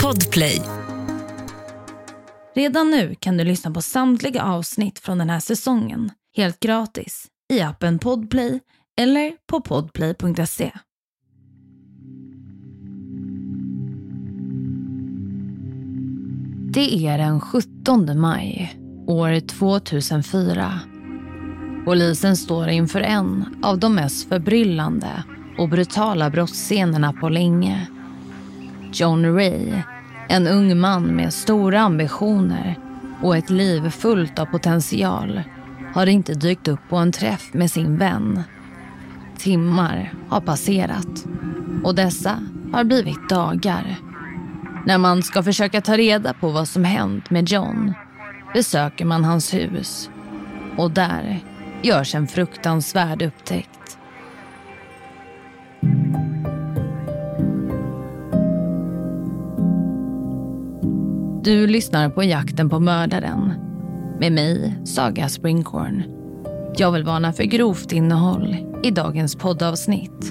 Podplay. Redan nu kan du lyssna på samtliga avsnitt från den här säsongen helt gratis i appen Podplay eller på podplay.se. Det är den 17 maj, år 2004. Polisen står inför en av de mest förbryllande och brutala brottsscenerna på länge. John Ray, en ung man med stora ambitioner och ett liv fullt av potential, har inte dykt upp på en träff med sin vän. Timmar har passerat och dessa har blivit dagar. När man ska försöka ta reda på vad som hänt med John besöker man hans hus och där görs en fruktansvärd upptäckt. Du lyssnar på Jakten på mördaren med mig, Saga Springhorn. Jag vill varna för grovt innehåll i dagens poddavsnitt.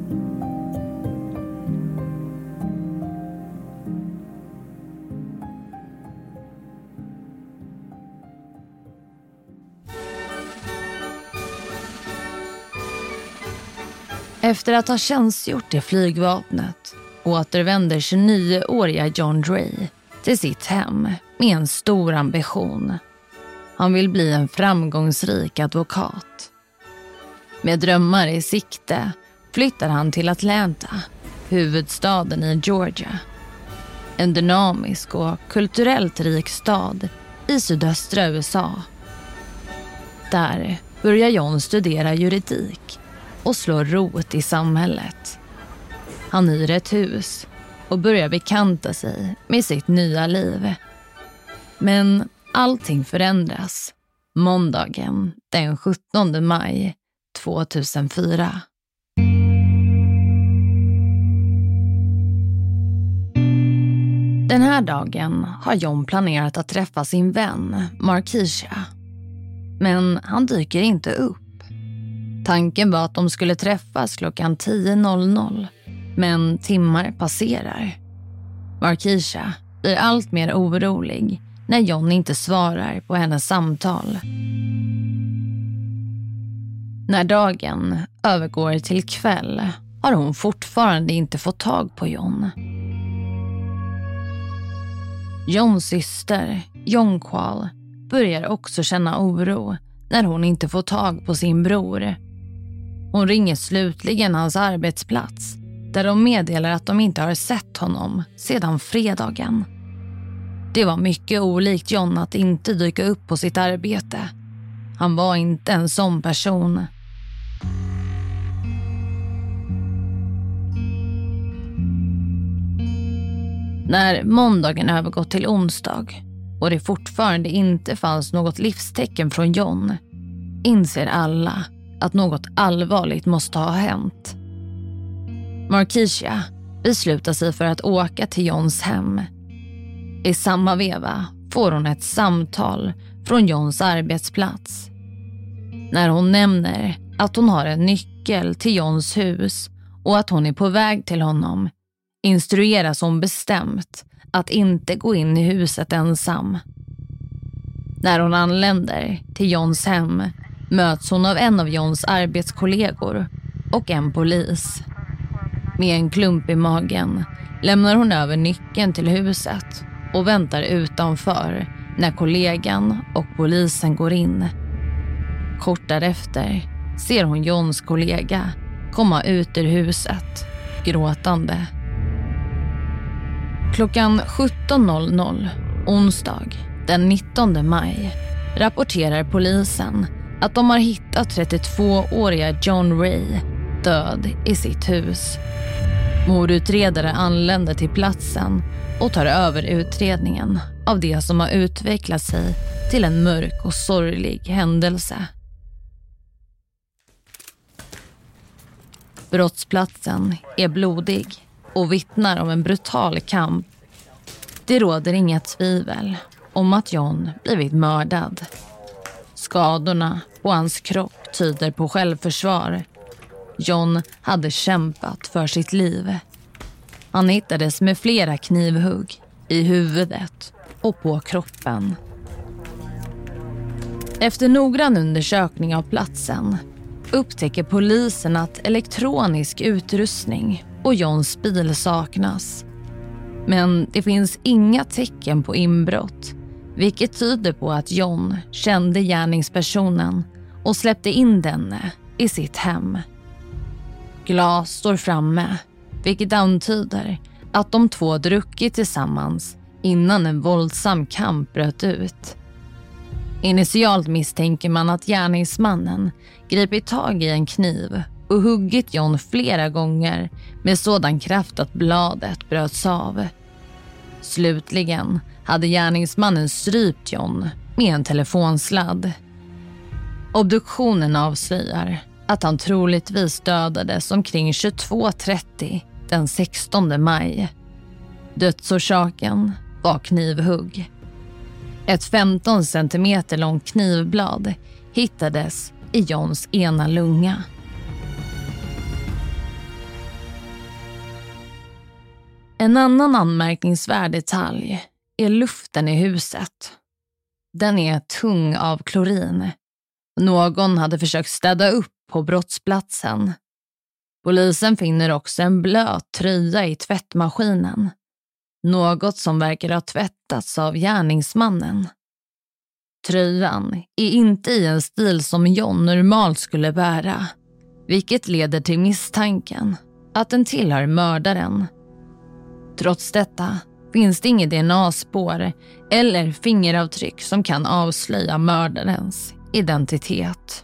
Efter att ha tjänstgjort i flygvapnet återvänder 29-åriga John Ray till sitt hem med en stor ambition. Han vill bli en framgångsrik advokat. Med drömmar i sikte flyttar han till Atlanta, huvudstaden i Georgia. En dynamisk och kulturellt rik stad i sydöstra USA. Där börjar John studera juridik och slår rot i samhället. Han hyr ett hus och börjar bekanta sig med sitt nya liv. Men allting förändras måndagen den 17 maj 2004. Den här dagen har John planerat att träffa sin vän Markeisha. Men han dyker inte upp. Tanken var att de skulle träffas klockan 10.00, men timmar passerar. Markeisha blir allt mer orolig när John inte svarar på hennes samtal. När dagen övergår till kväll har hon fortfarande inte fått tag på John. Johns syster, Jonquil, börjar också känna oro när hon inte får tag på sin bror. Hon ringer slutligen hans arbetsplats där de meddelar att de inte har sett honom sedan fredagen. Det var mycket olikt John att inte dyka upp på sitt arbete. Han var inte en sån person. När måndagen övergått till onsdag och det fortfarande inte fanns något livstecken från John inser alla att något allvarligt måste ha hänt. Markeisha beslutar sig för att åka till Johns hem. I samma veva får hon ett samtal från Johns arbetsplats. När hon nämner att hon har en nyckel till Johns hus och att hon är på väg till honom instrueras hon bestämt att inte gå in i huset ensam. När hon anländer till Johns hem möts hon av en av Johns arbetskollegor och en polis. Med en klump i magen lämnar hon över nyckeln till huset och väntar utanför när kollegan och polisen går in. Kort därefter ser hon Johns kollega komma ut ur huset, gråtande. Klockan 17.00, onsdag den 19 maj, rapporterar polisen att de har hittat 32-åriga John Ray död i sitt hus. Mordutredare anländer till platsen och tar över utredningen av det som har utvecklat sig till en mörk och sorglig händelse. Brottsplatsen är blodig och vittnar om en brutal kamp. Det råder inga tvivel om att John blivit mördad. Skadorna på hans kropp tyder på självförsvar. John hade kämpat för sitt liv. Han hittades med flera knivhugg i huvudet och på kroppen. Efter noggrann undersökning av platsen upptäcker polisen att elektronisk utrustning och Johns bil saknas. Men det finns inga tecken på inbrott, vilket tyder på att John kände gärningspersonen och släppte in denne i sitt hem. Glas står framme, vilket antyder att de två druckit tillsammans innan en våldsam kamp bröt ut. Initialt misstänker man att gärningsmannen gripit tag i en kniv och huggit John flera gånger med sådan kraft att bladet bröts av. Slutligen hade gärningsmannen strypt John med en telefonsladd. Obduktionen avslöjar att han troligtvis dödades omkring 22:30 den 16 maj. Dödsorsaken var knivhugg. Ett 15 centimeter långt knivblad hittades i Johns ena lunga. En annan anmärkningsvärd detalj är luften i huset. Den är tung av klorin. Någon hade försökt städa upp på brottsplatsen. Polisen finner också en blöt tröja i tvättmaskinen. Något som verkar ha tvättats av gärningsmannen. Tröjan är inte i en stil som John normalt skulle bära, vilket leder till misstanken att den tillhör mördaren. Trots detta finns det inget DNA-spår eller fingeravtryck som kan avslöja mördarens identitet.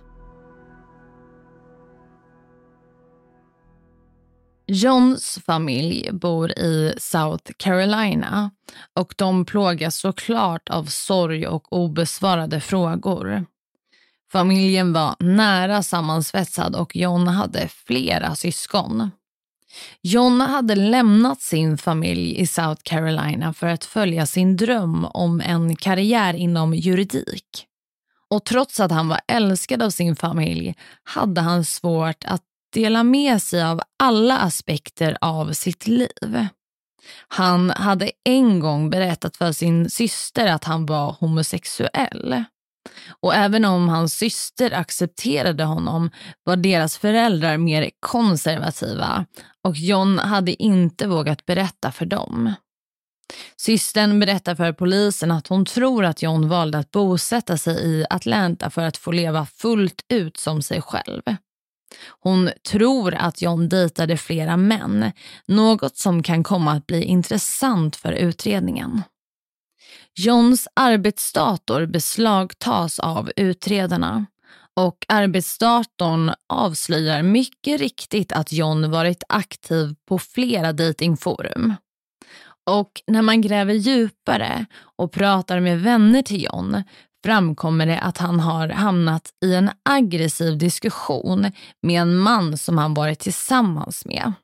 Johns familj bor i South Carolina och de plågas såklart av sorg och obesvarade frågor. Familjen var nära sammansvetsad och John hade flera syskon. John hade lämnat sin familj i South Carolina för att följa sin dröm om en karriär inom juridik. Och trots att han var älskad av sin familj hade han svårt att dela med sig av alla aspekter av sitt liv. Han hade en gång berättat för sin syster att han var homosexuell. Och även om hans syster accepterade honom var deras föräldrar mer konservativa och John hade inte vågat berätta för dem. Systern berättar för polisen att hon tror att John valde att bosätta sig i Atlanta för att få leva fullt ut som sig själv. Hon tror att John dejtade flera män, något som kan komma att bli intressant för utredningen. Johns arbetsdator beslagtas av utredarna och arbetsdatorn avslöjar mycket riktigt att John varit aktiv på flera datingforum. Och när man gräver djupare och pratar med vänner till John framkommer det att han har hamnat i en aggressiv diskussion med en man som han varit tillsammans med.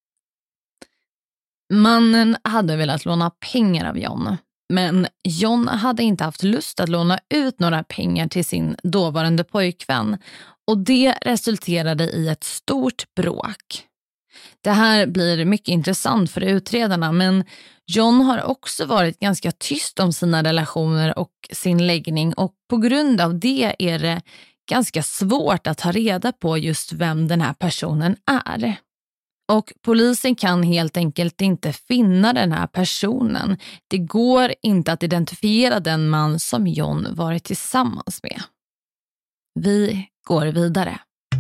Mannen hade velat låna pengar av John, men John hade inte haft lust att låna ut några pengar till sin dåvarande pojkvän och det resulterade i ett stort bråk. Det här blir mycket intressant för utredarna, men John har också varit ganska tyst om sina relationer och sin läggning och på grund av det är det ganska svårt att ta reda på just vem den här personen är. Och polisen kan helt enkelt inte finna den här personen. Det går inte att identifiera den man som John varit tillsammans med. Vi går vidare.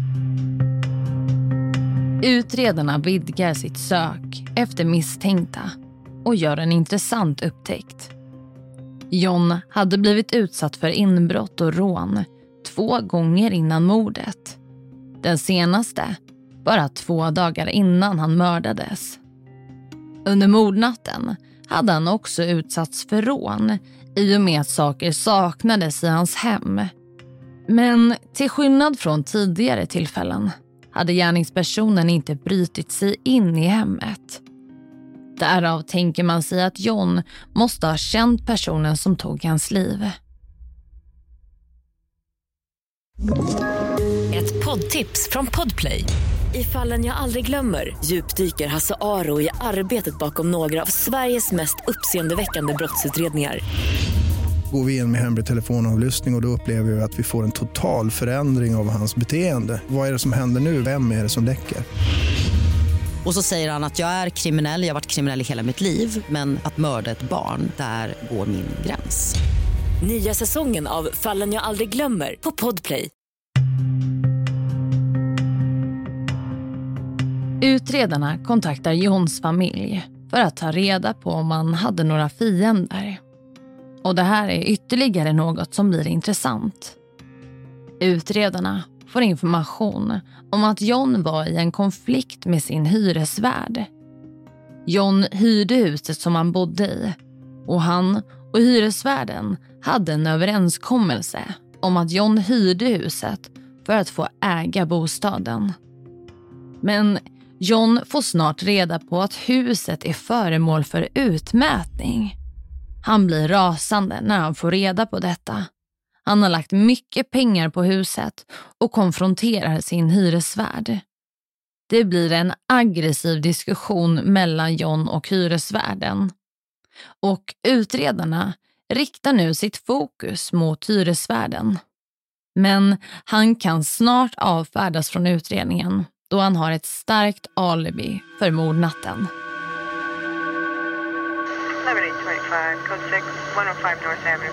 Utredarna vidgar sitt sök efter misstänkta och gör en intressant upptäckt. John hade blivit utsatt för inbrott och rån 2 gånger innan mordet. Den senaste bara 2 dagar innan han mördades. Under mordnatten hade han också utsatts för rån i och med att saker saknades i hans hem. Men till skillnad från tidigare tillfällen hade gärningspersonen inte brytit sig in i hemmet. Därav tänker man sig att John måste ha känt personen som tog hans liv. Ett poddtips från Podplay. I Fallen jag aldrig glömmer djupdyker Hasse Aro i arbetet bakom några av Sveriges mest uppseendeväckande brottsutredningar. Går vi in med hemlig telefonavlyssning och då upplever vi att vi får en total förändring av hans beteende. Vad är det som händer nu? Vem är det som läcker? Och så säger han att jag är kriminell, jag har varit kriminell i hela mitt liv. Men att mörda ett barn, där går min gräns. Nya säsongen av Fallen jag aldrig glömmer på Podplay. Utredarna kontaktar Johns familj för att ta reda på om man hade några fiender. Och det här är ytterligare något som blir intressant. Utredarna får information om att John var i en konflikt med sin hyresvärd. John hyrde huset som han bodde i och han och hyresvärden hade en överenskommelse om att John hyrde huset för att få äga bostaden. Men John får snart reda på att huset är föremål för utmätning. Han blir rasande när han får reda på detta. Han har lagt mycket pengar på huset och konfronterar sin hyresvärd. Det blir en aggressiv diskussion mellan John och hyresvärden. Och utredarna riktar nu sitt fokus mot hyresvärden. Men han kan snart avfärdas från utredningen då han har ett starkt alibi för mordnatten. 7825, code 6, 105 North Avenue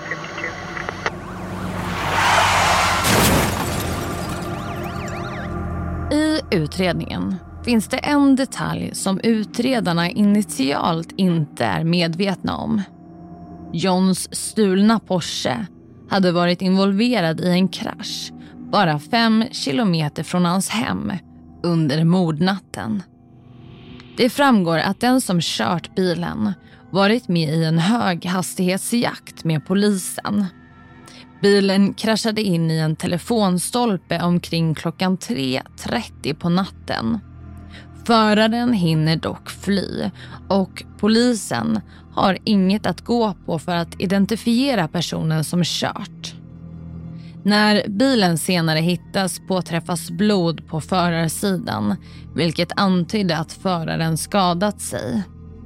52. I utredningen finns det en detalj som utredarna initialt inte är medvetna om. Johns stulna Porsche hade varit involverad i en krasch bara 5 kilometer från hans hem under mordnatten. Det framgår att den som kört bilen varit med i en höghastighetsjakt med polisen. Bilen kraschade in i en telefonstolpe omkring klockan 3:30 på natten. Föraren hinner dock fly och polisen har inget att gå på för att identifiera personen som kört. När bilen senare hittas påträffas blod på förarsidan, vilket antydde att föraren skadat sig.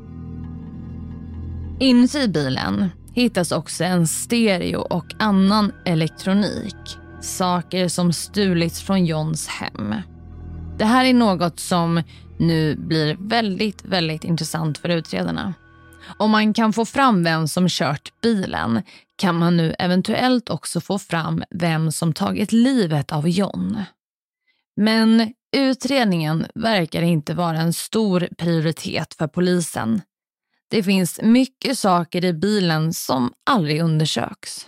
Inuti bilen hittas också en stereo och annan elektronik, saker som stulits från Johns hem. Det här är något som nu blir väldigt, väldigt intressant för utredarna. Om man kan få fram vem som kört bilen kan man nu eventuellt också få fram vem som tagit livet av John. Men utredningen verkar inte vara en stor prioritet för polisen. Det finns mycket saker i bilen som aldrig undersöks.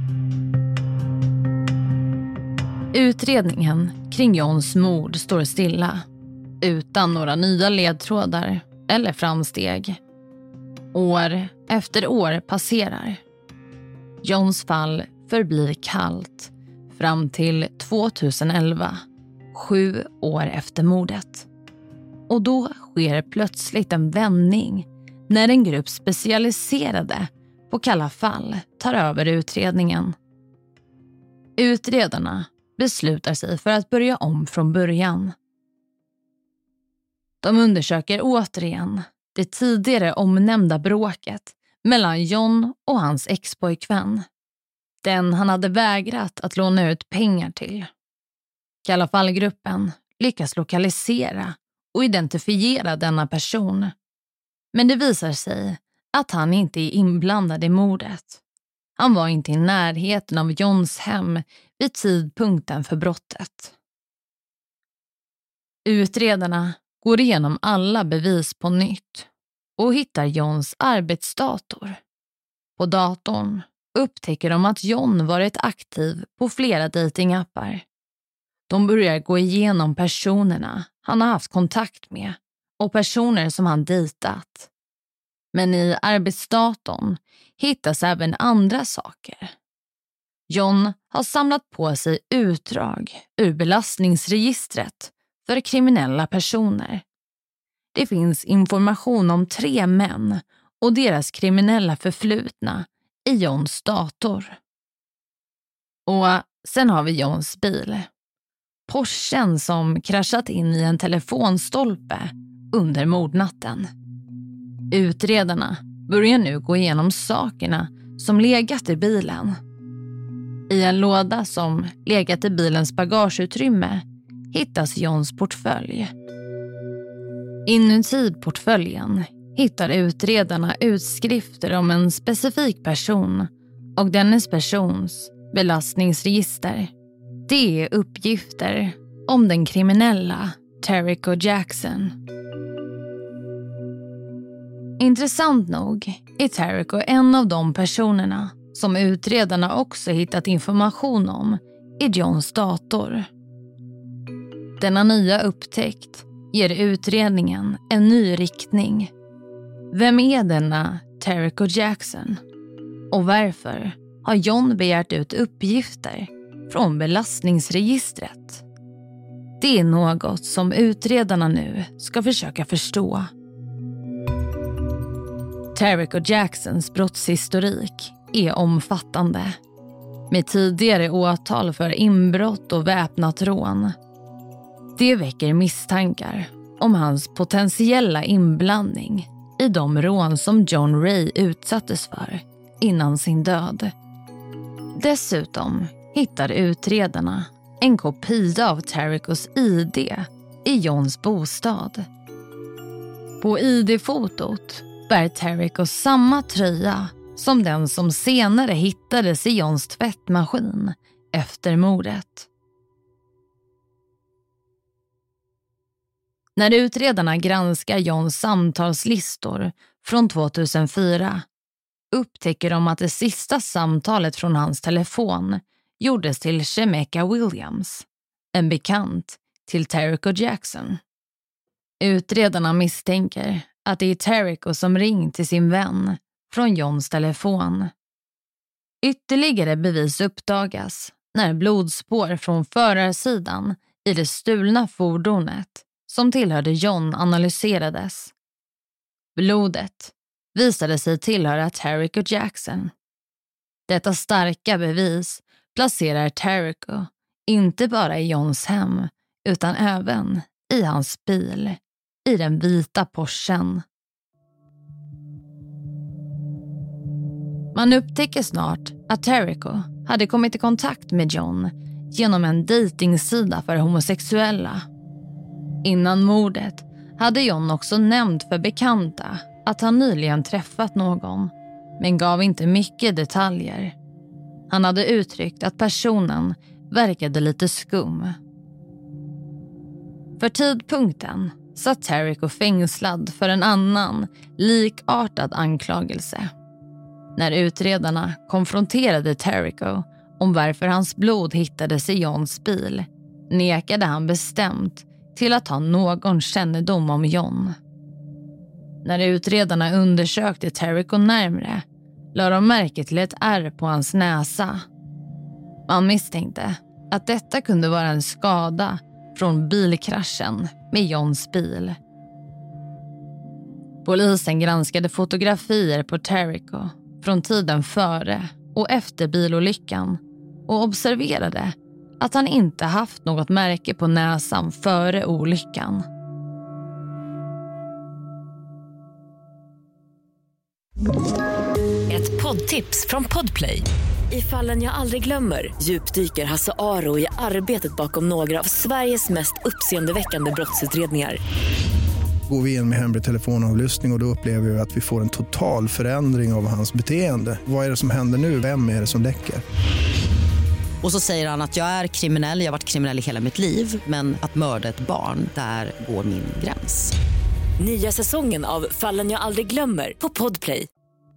Utredningen kring Johns mord står stilla, utan några nya ledtrådar eller framsteg. År efter år passerar. Johns fall förblir kallt fram till 2011, 7 år efter mordet. Och då sker plötsligt en vändning när en grupp specialiserade på kalla fall tar över utredningen. Utredarna beslutar sig för att börja om från början. De undersöker återigen det tidigare omnämnda bråket mellan John och hans expojkvän. Den han hade vägrat att låna ut pengar till. Kalla fallgruppen lyckas lokalisera och identifiera denna person. Men det visar sig att han inte är inblandad i mordet. Han var inte i närheten av Johns hem vid tidpunkten för brottet. Utredarna går igenom alla bevis på nytt och hittar Johns arbetsdator. På datorn upptäcker de att John varit aktiv på flera datingappar. De börjar gå igenom personerna han har haft kontakt med och personer som han dejtat. Men i arbetsdatorn hittas även andra saker. John har samlat på sig utdrag ur belastningsregistret för kriminella personer. Det finns information om 3 män och deras kriminella förflutna i Johns dator. Och sen har vi Johns bil. Porschen som kraschat in i en telefonstolpe under mordnatten. Utredarna börjar nu gå igenom sakerna som legat i bilen. I en låda som legat i bilens bagageutrymme hittas Johns portfölj. Inuti portföljen hittar utredarna utskrifter om en specifik person och dennes persons belastningsregister. Det är uppgifter om den kriminella Terrico Jackson. Intressant nog är Terrico en av de personerna som utredarna också hittat information om i Johns dator. Denna nya upptäckt ger utredningen en ny riktning. Vem är denna Terrico Jackson? Och varför har John begärt ut uppgifter från belastningsregistret? Det är något som utredarna nu ska försöka förstå. Terrico Jacksons brottshistorik är omfattande. Med tidigare åtal för inbrott och väpnat rån. Det väcker misstankar om hans potentiella inblandning i de rån som John Ray utsattes för innan sin död. Dessutom hittar utredarna en kopia av Terricos ID i Johns bostad. På ID-fotot bär Terrico samma tröja som den som senare hittades i Johns tvättmaskin efter mordet. När utredarna granskar Johns samtalslistor från 2004 upptäcker de att det sista samtalet från hans telefon gjordes till Shemeka Williams, en bekant till Terrico Jackson. Utredarna misstänker att det är Terrico som ringt till sin vän från Johns telefon. Ytterligare bevis uppdagas när blodspår från förarsidan i det stulna fordonet som tillhörde John analyserades. Blodet visade sig tillhöra Terrico Jackson. Detta starka bevis placerar Terrico inte bara i Johns hem utan även i hans bil, i den vita Porschen. Man upptäcker snart att Terrico hade kommit i kontakt med John genom en dejtingsida för homosexuella. Innan mordet hade John också nämnt för bekanta att han nyligen träffat någon, men gav inte mycket detaljer. Han hade uttryckt att personen verkade lite skum. För tidpunkten satt Terrico fängslad för en annan, likartad anklagelse. När utredarna konfronterade Terrico om varför hans blod hittades i Johns bil, nekade han bestämt till att ha någon kännedom om John. När utredarna undersökte Terrico närmre lade de märke till ett ärr på hans näsa. Man misstänkte att detta kunde vara en skada från bilkraschen med Johns bil. Polisen granskade fotografier på Terrico från tiden före och efter bilolyckan och observerade att han inte haft något märke på näsan före olyckan. Ett poddtips från Podplay. I Fallen jag aldrig glömmer djupdyker Hasse Aro i arbetet bakom några av Sveriges mest uppseendeväckande brottsutredningar. Går vi in med hemlig telefonavlyssning och då upplever vi att vi får en total förändring av hans beteende. Vad är det som händer nu? Vem är det som läcker? Och så säger han att jag är kriminell, jag har varit kriminell i hela mitt liv. Men att mörda ett barn, där går min gräns. Nya säsongen av Fallen jag aldrig glömmer på Podplay.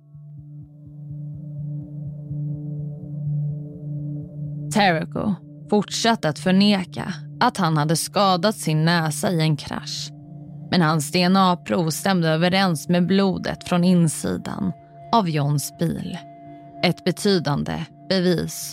Terrico fortsatte att förneka att han hade skadat sin näsa i en krasch. Men hans DNA-prov stämde överens med blodet från insidan av Johns bil. Ett betydande bevis.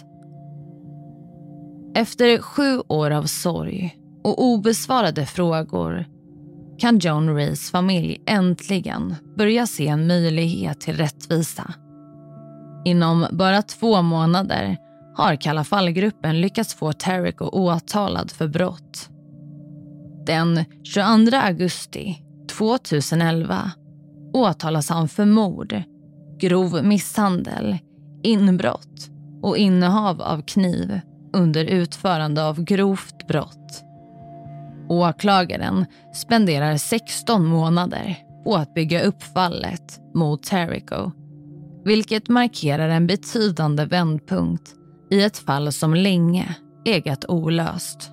Efter 7 år av sorg och obesvarade frågor kan John Rays familj äntligen börja se en möjlighet till rättvisa. Inom bara 2 månader har Kalla fallgruppen lyckats få Terrico åtalad för brott. Den 22 augusti 2011 åtalas han för mord, grov misshandel, inbrott och innehav av kniv under utförande av grovt brott. Åklagaren spenderar 16 månader på att bygga upp fallet mot Terrico, vilket markerar en betydande vändpunkt i ett fall som länge legat olöst.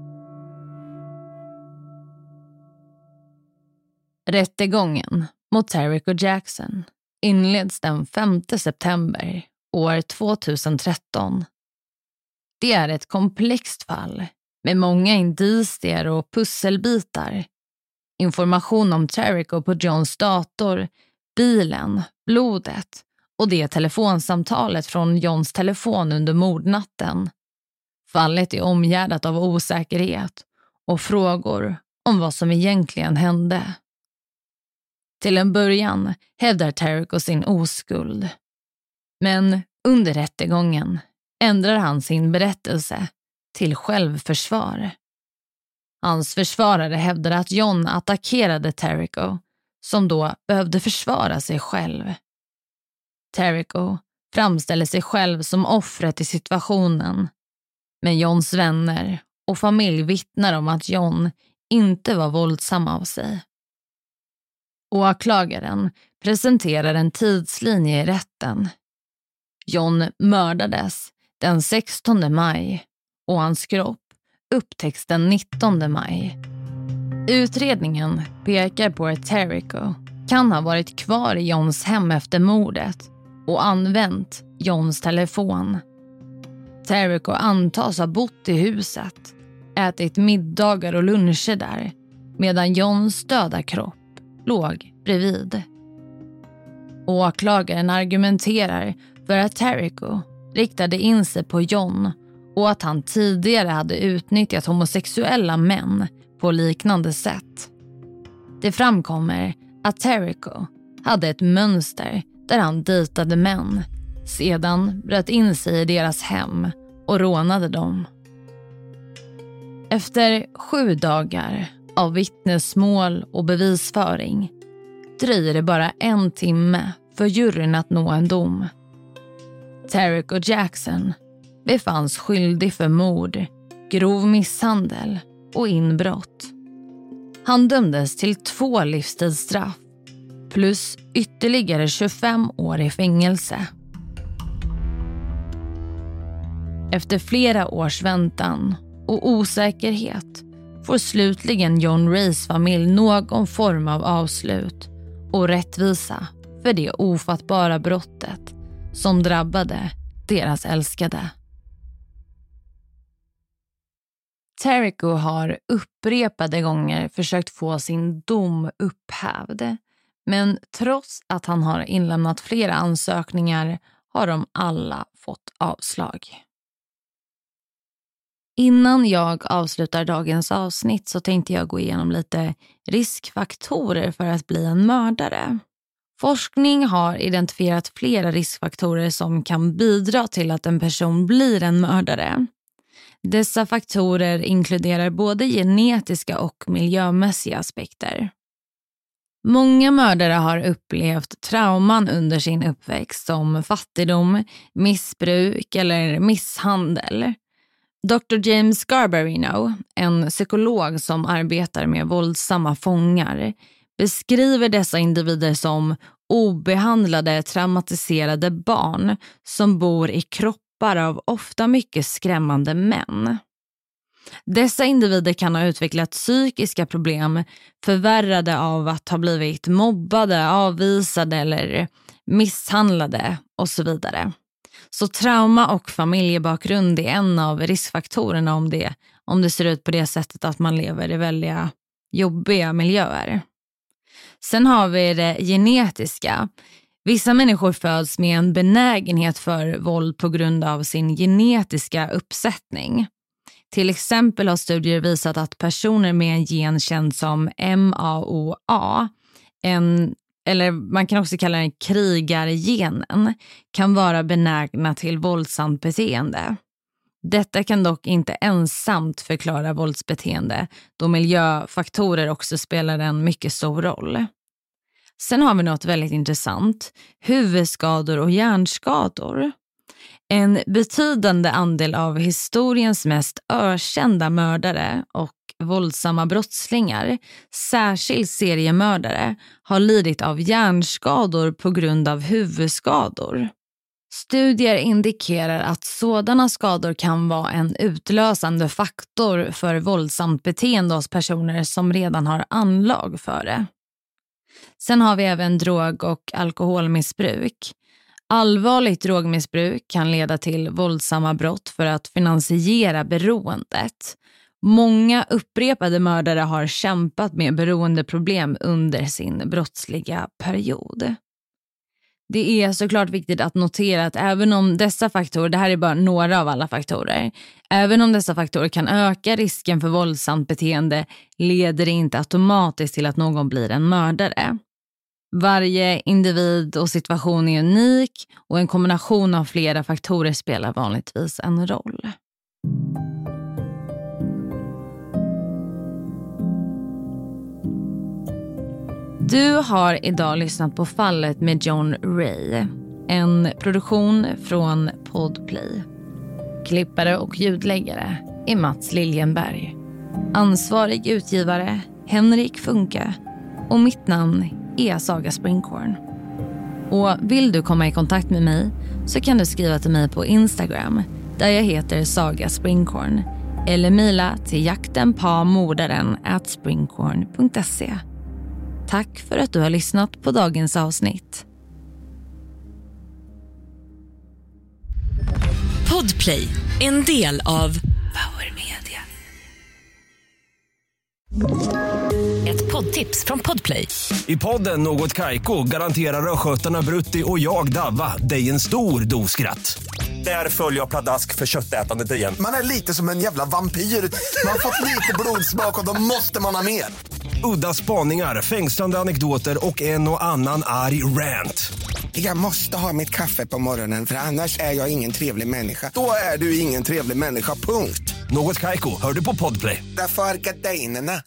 Rättegången mot Terrico Jackson inleds den 5 september år 2013. Det är ett komplext fall med många indicier och pusselbitar. Information om Terrico på Johns dator, bilen, blodet och det telefonsamtalet från Johns telefon under mordnatten. Fallet är omgärdat av osäkerhet och frågor om vad som egentligen hände. Till en början hävdar Terrico sin oskuld. Men under rättegången ändrar han sin berättelse till självförsvar. Hans försvarare hävdar att John attackerade Terrico, som då behövde försvara sig själv. Terrico framställer sig själv som offret i situationen, men Johns vänner och familj vittnar om att John inte var våldsam av sig. Åklagaren presenterar en tidslinje i rätten. John mördades den 16 maj och hans kropp upptäcks den 19 maj. Utredningen pekar på att Terrico kan ha varit kvar i Johns hem efter mordet och använt Johns telefon. Terrico antas ha bott i huset, ätit middagar och luncher där, medan Johns döda kropp låg bredvid. Åklagaren argumenterar för att Terrico riktade in sig på John och att han tidigare hade utnyttjat homosexuella män på liknande sätt. Det framkommer att Terrico hade ett mönster där han dejtade män, sedan bröt in sig i deras hem och rånade dem. Efter 7 dagar av vittnesmål och bevisföring dröjer det bara 1 timme för juryn att nå en dom. Terrico Jackson befanns skyldig för mord, grov misshandel och inbrott. Han dömdes till 2 livstidsstraff plus ytterligare 25 år i fängelse. Efter flera års väntan och osäkerhet får slutligen John Rays familj någon form av avslut och rättvisa för det ofattbara brottet som drabbade deras älskade. Terrico har upprepade gånger försökt få sin dom upphävd, men trots att han har inlämnat flera ansökningar har de alla fått avslag. Innan jag avslutar dagens avsnitt så tänkte jag gå igenom lite riskfaktorer för att bli en mördare. Forskning har identifierat flera riskfaktorer som kan bidra till att en person blir en mördare. Dessa faktorer inkluderar både genetiska och miljömässiga aspekter. Många mördare har upplevt trauman under sin uppväxt som fattigdom, missbruk eller misshandel. Dr. James Garbarino, en psykolog som arbetar med våldsamma fångar, beskriver dessa individer som obehandlade, traumatiserade barn som bor i kroppar av ofta mycket skrämmande män. Dessa individer kan ha utvecklat psykiska problem förvärrade av att ha blivit mobbade, avvisade eller misshandlade och så vidare. Så trauma och familjebakgrund är en av riskfaktorerna om det ser ut på det sättet att man lever i väldigt jobbiga miljöer. Sen har vi det genetiska. Vissa människor föds med en benägenhet för våld på grund av sin genetiska uppsättning. Till exempel har studier visat att personer med en gen känd som MAOA, en eller man kan också kalla den krigargenen, kan vara benägna till våldsamt beteende. Detta kan dock inte ensamt förklara våldsbeteende, då miljöfaktorer också spelar en mycket stor roll. Sen har vi något väldigt intressant: huvudskador och hjärnskador. En betydande andel av historiens mest ökända mördare och våldsamma brottslingar, särskilt seriemördare, har lidit av hjärnskador på grund av huvudskador. Studier indikerar att sådana skador kan vara en utlösande faktor för våldsamt beteende hos personer som redan har anlag för det. Sen har vi även drog- och alkoholmissbruk. Allvarligt drogmissbruk kan leda till våldsamma brott för att finansiera beroendet. Många upprepade mördare har kämpat med beroendeproblem under sin brottsliga period. Det är såklart viktigt att notera att även om dessa faktorer, det här är bara några av alla faktorer, även om dessa faktorer kan öka risken för våldsamt beteende, leder det inte automatiskt till att någon blir en mördare. Varje individ och situation är unik och en kombination av flera faktorer spelar vanligtvis en roll. Du har idag lyssnat på fallet med John Ray, en produktion från Podplay. Klippare och ljudläggare är Mats Liljenberg. Ansvarig utgivare Henrik Funke och mitt namn är Saga Springhorn. Och vill du komma i kontakt med mig så kan du skriva till mig på Instagram där jag heter Saga Springhorn eller mejla till jaktenpamordaren@springhorn.se. Tack för att du har lyssnat på dagens avsnitt. Podplay, en del av Power Media. Ett poddtips från Podplay. I podden Något Kaiko garanterar röskötarna Brutti och jag Davva dig en stor doskratt. Där följer jag pladask för köttätandet igen. Man är lite som en jävla vampyr. Man har fått lite blodsmak och då måste man ha mer. Udda spaningar, fängslande anekdoter och en och annan arg rant. Jag måste ha mitt kaffe på morgonen för annars är jag ingen trevlig människa. Då är du ingen trevlig människa, punkt. Något Kaiko, hör du på Podplay. Därför är gardinerna.